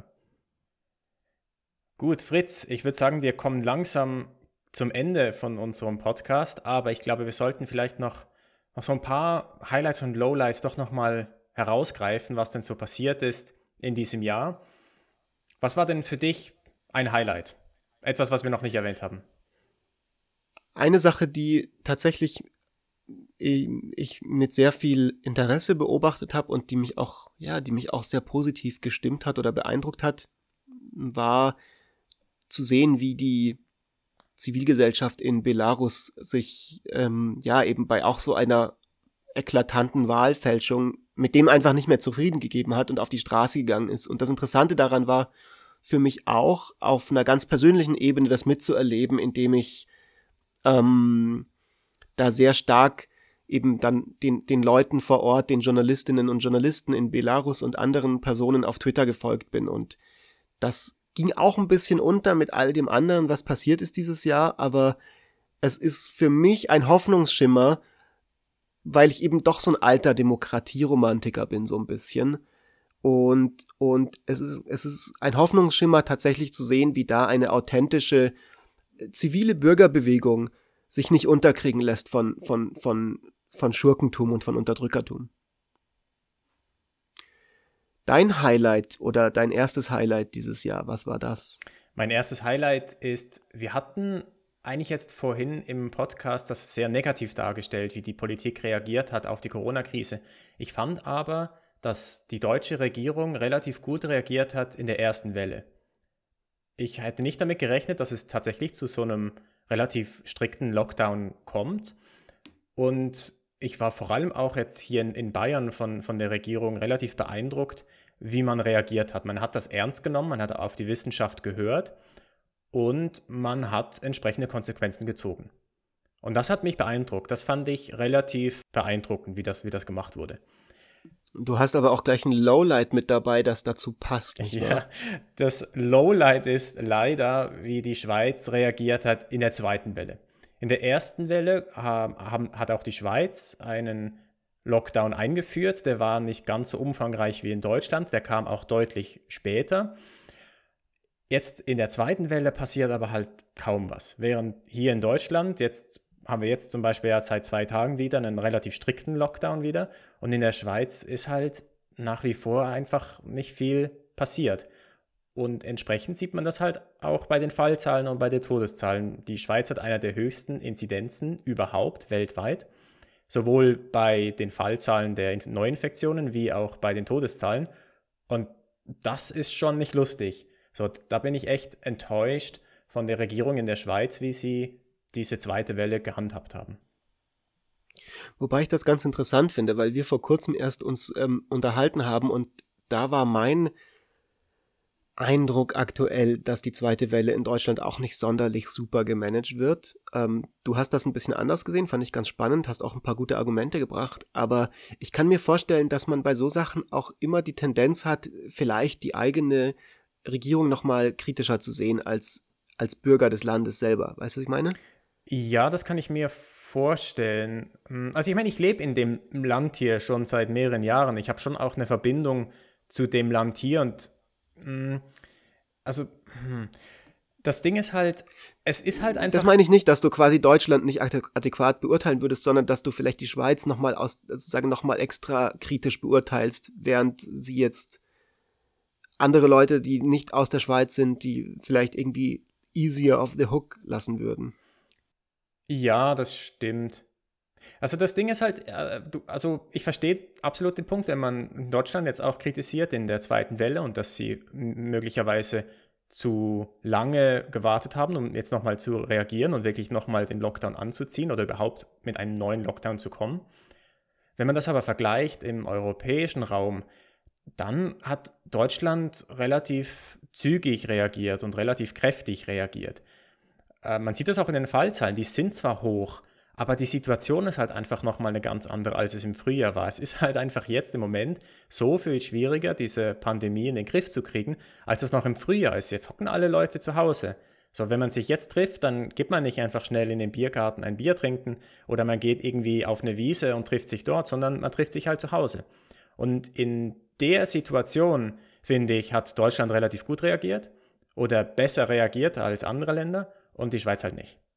Gut, Fritz, ich würde sagen, wir kommen langsam zum Ende von unserem Podcast, aber ich glaube, wir sollten vielleicht noch, noch so ein paar Highlights und Lowlights doch nochmal herausgreifen, was denn so passiert ist in diesem Jahr. Was war denn für dich ein Highlight? Etwas, was wir noch nicht erwähnt haben. Eine Sache, die tatsächlich ich mit sehr viel Interesse beobachtet habe und die mich auch, ja, die mich auch sehr positiv gestimmt hat oder beeindruckt hat, war zu sehen, wie die Zivilgesellschaft in Belarus sich ähm, ja eben bei auch so einer eklatanten Wahlfälschung mit dem einfach nicht mehr zufrieden gegeben hat und auf die Straße gegangen ist. Und das Interessante daran war für mich auch, auf einer ganz persönlichen Ebene das mitzuerleben, indem ich ähm, da sehr stark eben dann den, den Leuten vor Ort, den Journalistinnen und Journalisten in Belarus und anderen Personen auf Twitter gefolgt bin. Und das ging auch ein bisschen unter mit all dem anderen, was passiert ist dieses Jahr, aber es ist für mich ein Hoffnungsschimmer, weil ich eben doch so ein alter Demokratieromantiker bin, so ein bisschen. Und, und es ist, es ist ein Hoffnungsschimmer, tatsächlich zu sehen, wie da eine authentische zivile Bürgerbewegung sich nicht unterkriegen lässt von, von, von, von Schurkentum und von Unterdrückertum. Dein Highlight oder dein erstes Highlight dieses Jahr, was war das? Mein erstes Highlight ist, wir hatten eigentlich jetzt vorhin im Podcast das sehr negativ dargestellt, wie die Politik reagiert hat auf die Corona-Krise. Ich fand aber, dass die deutsche Regierung relativ gut reagiert hat in der ersten Welle. Ich hätte nicht damit gerechnet, dass es tatsächlich zu so einem relativ strikten Lockdown kommt. Und ich war vor allem auch jetzt hier in, in Bayern von, von der Regierung relativ beeindruckt, wie man reagiert hat. Man hat das ernst genommen, man hat auf die Wissenschaft gehört und man hat entsprechende Konsequenzen gezogen. Und das hat mich beeindruckt. Das fand ich relativ beeindruckend, wie das, wie das gemacht wurde. Du hast aber auch gleich ein Lowlight mit dabei, das dazu passt, nicht wahr? Ja, das Lowlight ist leider, wie die Schweiz reagiert hat in der zweiten Welle. In der ersten Welle haben, hat auch die Schweiz einen Lockdown eingeführt. Der war nicht ganz so umfangreich wie in Deutschland. Der kam auch deutlich später. Jetzt in der zweiten Welle passiert aber halt kaum was. Während hier in Deutschland, jetzt haben wir jetzt zum Beispiel ja seit zwei Tagen wieder einen relativ strikten Lockdown wieder. Und in der Schweiz ist halt nach wie vor einfach nicht viel passiert. Und entsprechend sieht man das halt auch bei den Fallzahlen und bei den Todeszahlen. Die Schweiz hat eine der höchsten Inzidenzen überhaupt weltweit, sowohl bei den Fallzahlen der Neuinfektionen wie auch bei den Todeszahlen. Und das ist schon nicht lustig. So, da bin ich echt enttäuscht von der Regierung in der Schweiz, wie sie diese zweite Welle gehandhabt haben. Wobei ich das ganz interessant finde, weil wir vor kurzem erst uns ähm, unterhalten haben und da war mein Eindruck aktuell, dass die zweite Welle in Deutschland auch nicht sonderlich super gemanagt wird. Ähm, du hast das ein bisschen anders gesehen, fand ich ganz spannend, hast auch ein paar gute Argumente gebracht, aber ich kann mir vorstellen, dass man bei so Sachen auch immer die Tendenz hat, vielleicht die eigene Regierung nochmal kritischer zu sehen als, als Bürger des Landes selber. Weißt du, was ich meine? Ja, das kann ich mir vorstellen. Hm, Also ich meine, ich lebe in dem Land hier schon seit mehreren Jahren. Ich habe schon auch eine Verbindung zu dem Land hier und hm, also hm, das Ding ist halt, es ist halt Das einfach. meine ich nicht, dass du quasi Deutschland nicht adä- adäquat beurteilen würdest, sondern dass du vielleicht die Schweiz nochmal aus, sozusagen nochmal extra kritisch beurteilst, während sie jetzt andere Leute, die nicht aus der Schweiz sind, die vielleicht irgendwie easier off the hook lassen würden. Ja, das stimmt. Also das Ding ist halt, äh, du, also ich verstehe absolut den Punkt, wenn man Deutschland jetzt auch kritisiert in der zweiten Welle und dass sie m- möglicherweise zu lange gewartet haben, um jetzt nochmal zu reagieren und wirklich nochmal den Lockdown anzuziehen oder überhaupt mit einem neuen Lockdown zu kommen. Wenn man das aber vergleicht im europäischen Raum, dann hat Deutschland relativ zügig reagiert und relativ kräftig reagiert. Äh, man sieht das auch in den Fallzahlen, die sind zwar hoch, aber die Situation ist halt einfach nochmal eine ganz andere, als es im Frühjahr war. Es ist halt einfach jetzt im Moment so viel schwieriger, diese Pandemie in den Griff zu kriegen, als es noch im Frühjahr ist. Jetzt hocken alle Leute zu Hause. So, wenn man sich jetzt trifft, dann geht man nicht einfach schnell in den Biergarten ein Bier trinken oder man geht irgendwie auf eine Wiese und trifft sich dort, sondern man trifft sich halt zu Hause. Und in der Situation, finde ich, hat Deutschland relativ gut reagiert oder besser reagiert als andere Länder und die Schweiz halt nicht.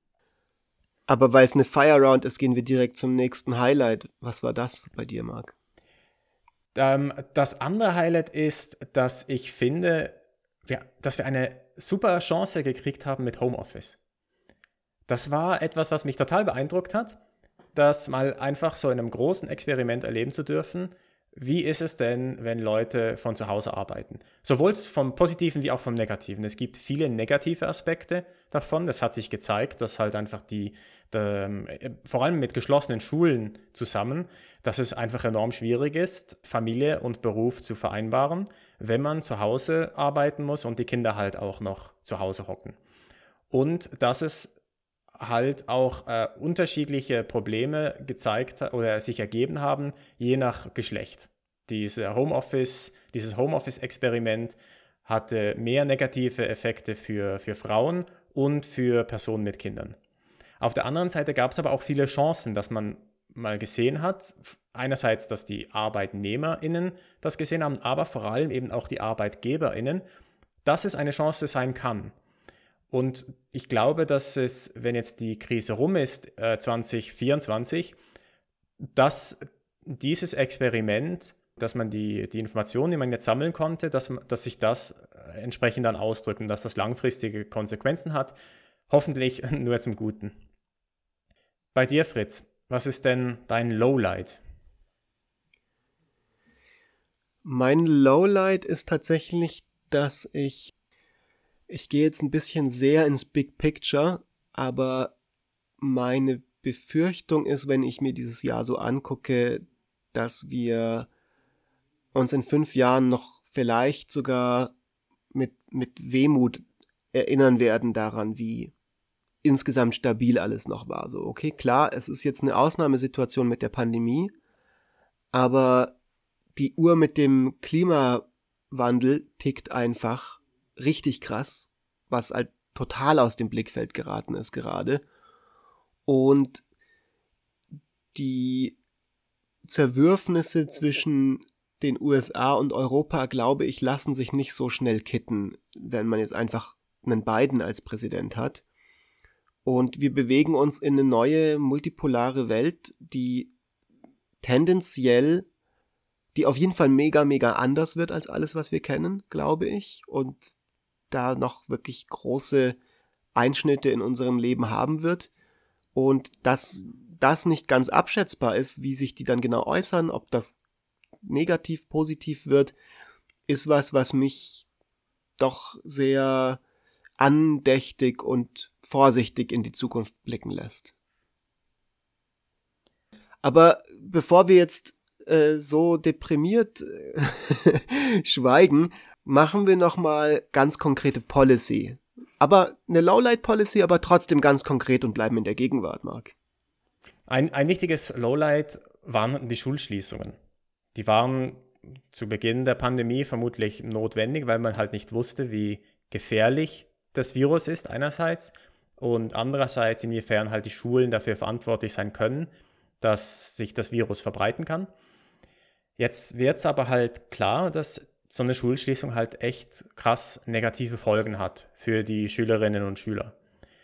Aber weil es eine Fire Round ist, gehen wir direkt zum nächsten Highlight. Was war das bei dir, Marc? Ähm, das andere Highlight ist, dass ich finde, wir, dass wir eine super Chance gekriegt haben mit Homeoffice. Das war etwas, was mich total beeindruckt hat, das mal einfach so in einem großen Experiment erleben zu dürfen. Wie ist es denn, wenn Leute von zu Hause arbeiten? Sowohl vom Positiven wie auch vom Negativen. Es gibt viele negative Aspekte davon. Das hat sich gezeigt, dass halt einfach die, ähm, äh, vor allem mit geschlossenen Schulen zusammen, dass es einfach enorm schwierig ist, Familie und Beruf zu vereinbaren, wenn man zu Hause arbeiten muss und die Kinder halt auch noch zu Hause hocken. Und dass es halt auch äh, unterschiedliche Probleme gezeigt ha- oder sich ergeben haben, je nach Geschlecht. Diese Homeoffice, dieses Homeoffice-Experiment hatte mehr negative Effekte für, für Frauen und für Personen mit Kindern. Auf der anderen Seite gab es aber auch viele Chancen, dass man mal gesehen hat. Einerseits, dass die ArbeitnehmerInnen das gesehen haben, aber vor allem eben auch die ArbeitgeberInnen, dass es eine Chance sein kann. Und ich glaube, dass es, wenn jetzt die Krise rum ist, äh, zwanzig vierundzwanzig, dass dieses Experiment, dass man die, die Informationen, die man jetzt sammeln konnte, dass, dass sich das äh, entsprechend dann ausdrückt und dass das langfristige Konsequenzen hat, hoffentlich nur zum Guten. Bei dir, Fritz, was ist denn dein Lowlight? Mein Lowlight ist tatsächlich, dass ich, ich gehe jetzt ein bisschen sehr ins Big Picture, aber meine Befürchtung ist, wenn ich mir dieses Jahr so angucke, dass wir uns in fünf Jahren noch vielleicht sogar mit, mit Wehmut erinnern werden daran, wie insgesamt stabil alles noch war. So, okay, klar, es ist jetzt eine Ausnahmesituation mit der Pandemie, aber die Uhr mit dem Klimawandel tickt einfach richtig krass, was halt total aus dem Blickfeld geraten ist gerade. Und die Zerwürfnisse zwischen den U S A und Europa, glaube ich, lassen sich nicht so schnell kitten, wenn man jetzt einfach einen Biden als Präsident hat. Und wir bewegen uns in eine neue multipolare Welt, die tendenziell, die auf jeden Fall mega, mega anders wird als alles, was wir kennen, glaube ich. Und da noch wirklich große Einschnitte in unserem Leben haben wird. Und dass das nicht ganz abschätzbar ist, wie sich die dann genau äußern, ob das negativ, positiv wird, ist was, was mich doch sehr andächtig und vorsichtig in die Zukunft blicken lässt. Aber bevor wir jetzt äh, so deprimiert äh, schweigen, machen wir nochmal ganz konkrete Policy. Aber eine Lowlight-Policy, aber trotzdem ganz konkret und bleiben in der Gegenwart, Marc. Ein, ein wichtiges Lowlight waren die Schulschließungen. Die waren zu Beginn der Pandemie vermutlich notwendig, weil man halt nicht wusste, wie gefährlich das Virus ist einerseits und andererseits, inwiefern halt die Schulen dafür verantwortlich sein können, dass sich das Virus verbreiten kann. Jetzt wird es aber halt klar, dass so eine Schulschließung halt echt krass negative Folgen hat für die Schülerinnen und Schüler.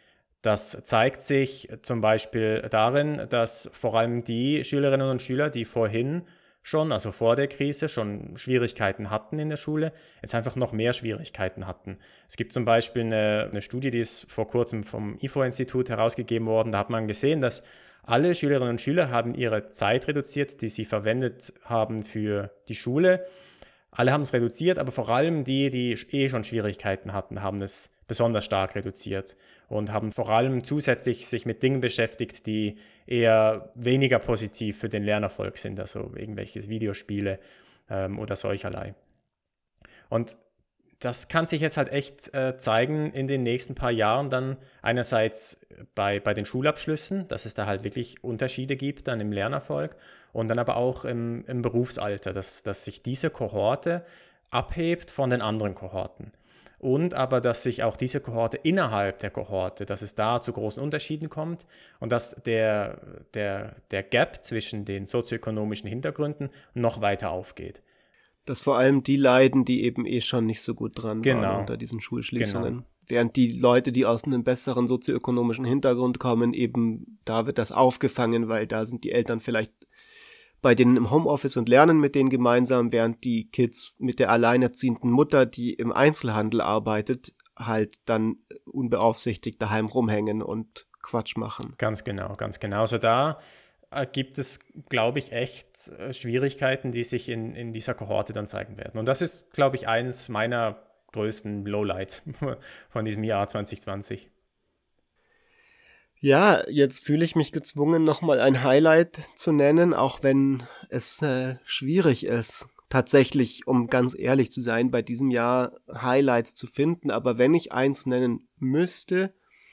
Das zeigt sich zum Beispiel darin, dass vor allem die Schülerinnen und Schüler, die vorhin schon, also vor der Krise, schon Schwierigkeiten hatten in der Schule, jetzt einfach noch mehr Schwierigkeiten hatten. Es gibt zum Beispiel eine, eine Studie, die ist vor kurzem vom I F O-Institut herausgegeben worden. Da hat man gesehen, dass alle Schülerinnen und Schüler haben ihre Zeit reduziert, die sie verwendet haben für die Schule. Alle haben es reduziert, aber vor allem die, die eh schon Schwierigkeiten hatten, haben es besonders stark reduziert und haben vor allem zusätzlich sich mit Dingen beschäftigt, die eher weniger positiv für den Lernerfolg sind, also irgendwelche Videospiele ähm, oder solcherlei. Und das kann sich jetzt halt echt äh, zeigen in den nächsten paar Jahren dann einerseits bei, bei den Schulabschlüssen, dass es da halt wirklich Unterschiede gibt dann im Lernerfolg und dann aber auch im, im Berufsalter, dass, dass sich diese Kohorte abhebt von den anderen Kohorten. Und aber, dass sich auch diese Kohorte innerhalb der Kohorte, dass es da zu großen Unterschieden kommt und dass der, der, der Gap zwischen den sozioökonomischen Hintergründen noch weiter aufgeht. Dass vor allem die leiden, die eben eh schon nicht so gut dran Genau. waren unter diesen Schulschließungen. Genau. Während die Leute, die aus einem besseren sozioökonomischen Hintergrund kommen, eben da wird das aufgefangen, weil da sind die Eltern vielleicht bei denen im Homeoffice und lernen mit denen gemeinsam, während die Kids mit der alleinerziehenden Mutter, die im Einzelhandel arbeitet, halt dann unbeaufsichtigt daheim rumhängen und Quatsch machen. Ganz genau, ganz genau. Also da äh, gibt es, glaube ich, echt äh, Schwierigkeiten, die sich in, in dieser Kohorte dann zeigen werden. Und das ist, glaube ich, eines meiner größten Lowlights von diesem Jahr zwanzig zwanzig. Ja, jetzt fühle ich mich gezwungen, nochmal ein Highlight zu nennen, auch wenn es äh, schwierig ist, tatsächlich, um ganz ehrlich zu sein, bei diesem Jahr Highlights zu finden. Aber wenn ich eins nennen müsste,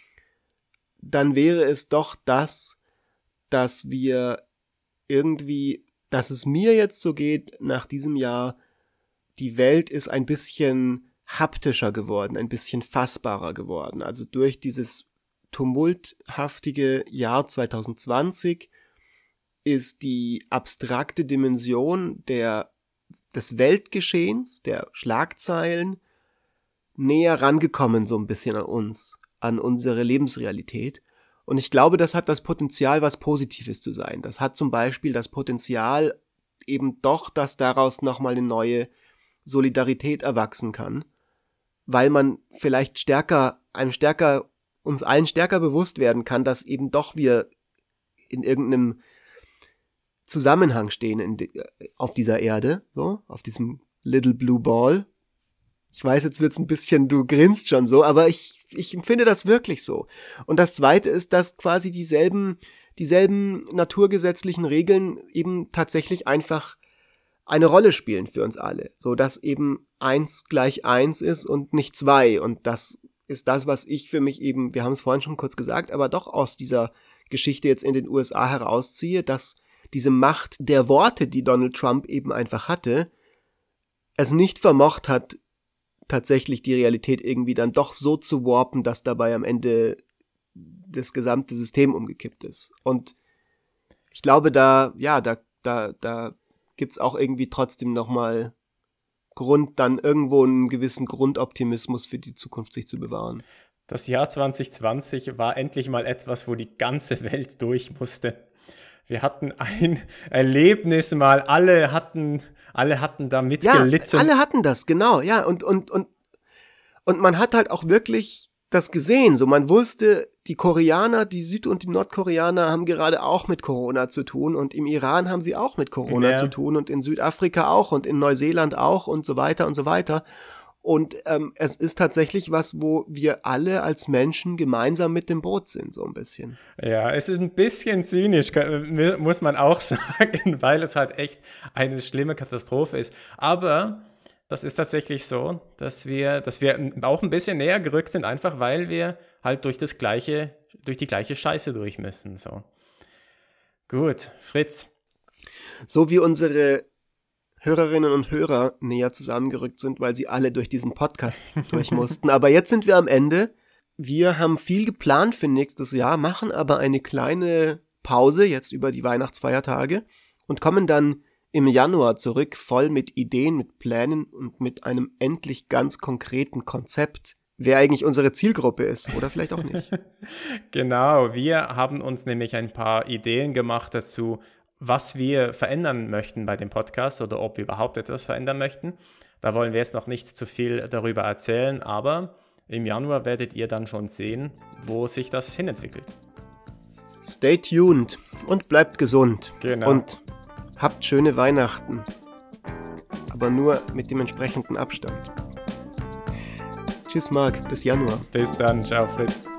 dann wäre es doch das, dass wir irgendwie, dass es mir jetzt so geht nach diesem Jahr, die Welt ist ein bisschen haptischer geworden, ein bisschen fassbarer geworden. Also durch dieses tumulthaftige Jahr zwanzig zwanzig ist die abstrakte Dimension der, des Weltgeschehens, der Schlagzeilen, näher rangekommen so ein bisschen an uns, an unsere Lebensrealität. Und ich glaube, das hat das Potenzial, was Positives zu sein. Das hat zum Beispiel das Potenzial eben doch, dass daraus nochmal eine neue Solidarität erwachsen kann, weil man vielleicht stärker, einem stärker uns allen stärker bewusst werden kann, dass eben doch wir in irgendeinem Zusammenhang stehen in de, auf dieser Erde, so, auf diesem Little Blue Ball. Ich weiß, jetzt wird's ein bisschen, du grinst schon so, aber ich, ich empfinde das wirklich so. Und das Zweite ist, dass quasi dieselben, dieselben naturgesetzlichen Regeln eben tatsächlich einfach eine Rolle spielen für uns alle, so dass eben eins gleich eins ist und nicht zwei. Und das ist das, was ich für mich eben, wir haben es vorhin schon kurz gesagt, aber doch aus dieser Geschichte jetzt in den U S A herausziehe, dass diese Macht der Worte, die Donald Trump eben einfach hatte, es nicht vermocht hat, tatsächlich die Realität irgendwie dann doch so zu warpen, dass dabei am Ende das gesamte System umgekippt ist. Und ich glaube, da, ja, da, da, da gibt's auch irgendwie trotzdem nochmal Grund, dann irgendwo einen gewissen Grundoptimismus für die Zukunft sich zu bewahren. Das Jahr zwanzig zwanzig war endlich mal etwas, wo die ganze Welt durch musste. Wir hatten ein Erlebnis mal, alle hatten, alle hatten da mitgelitten. Ja, alle hatten das, genau, ja, und, und, und, und man hat halt auch wirklich das gesehen, so man wusste, die Koreaner, die Süd- und die Nordkoreaner haben gerade auch mit Corona zu tun und im Iran haben sie auch mit Corona Ja. zu tun und in Südafrika auch und in Neuseeland auch und so weiter und so weiter. Und ähm, es ist tatsächlich was, wo wir alle als Menschen gemeinsam mit dem Boot sind, so ein bisschen. Ja, es ist ein bisschen zynisch, muss man auch sagen, weil es halt echt eine schlimme Katastrophe ist. Aber das ist tatsächlich so, dass wir, dass wir auch ein bisschen näher gerückt sind, einfach weil wir halt durch das gleiche, durch die gleiche Scheiße durch müssen. So. Gut, Fritz. So wie unsere Hörerinnen und Hörer näher zusammengerückt sind, weil sie alle durch diesen Podcast durch mussten. Aber jetzt sind wir am Ende. Wir haben viel geplant für nächstes Jahr, machen aber eine kleine Pause jetzt über die Weihnachtsfeiertage und kommen dann im Januar zurück, voll mit Ideen, mit Plänen und mit einem endlich ganz konkreten Konzept, wer eigentlich unsere Zielgruppe ist oder vielleicht auch nicht. Genau, wir haben uns nämlich ein paar Ideen gemacht dazu, was wir verändern möchten bei dem Podcast oder ob wir überhaupt etwas verändern möchten. Da wollen wir jetzt noch nicht zu viel darüber erzählen, aber im Januar werdet ihr dann schon sehen, wo sich das hinentwickelt. Stay tuned und bleibt gesund. Genau. Und habt schöne Weihnachten, aber nur mit dem entsprechenden Abstand. Tschüss Marc, bis Januar. Bis dann, ciao Fritz.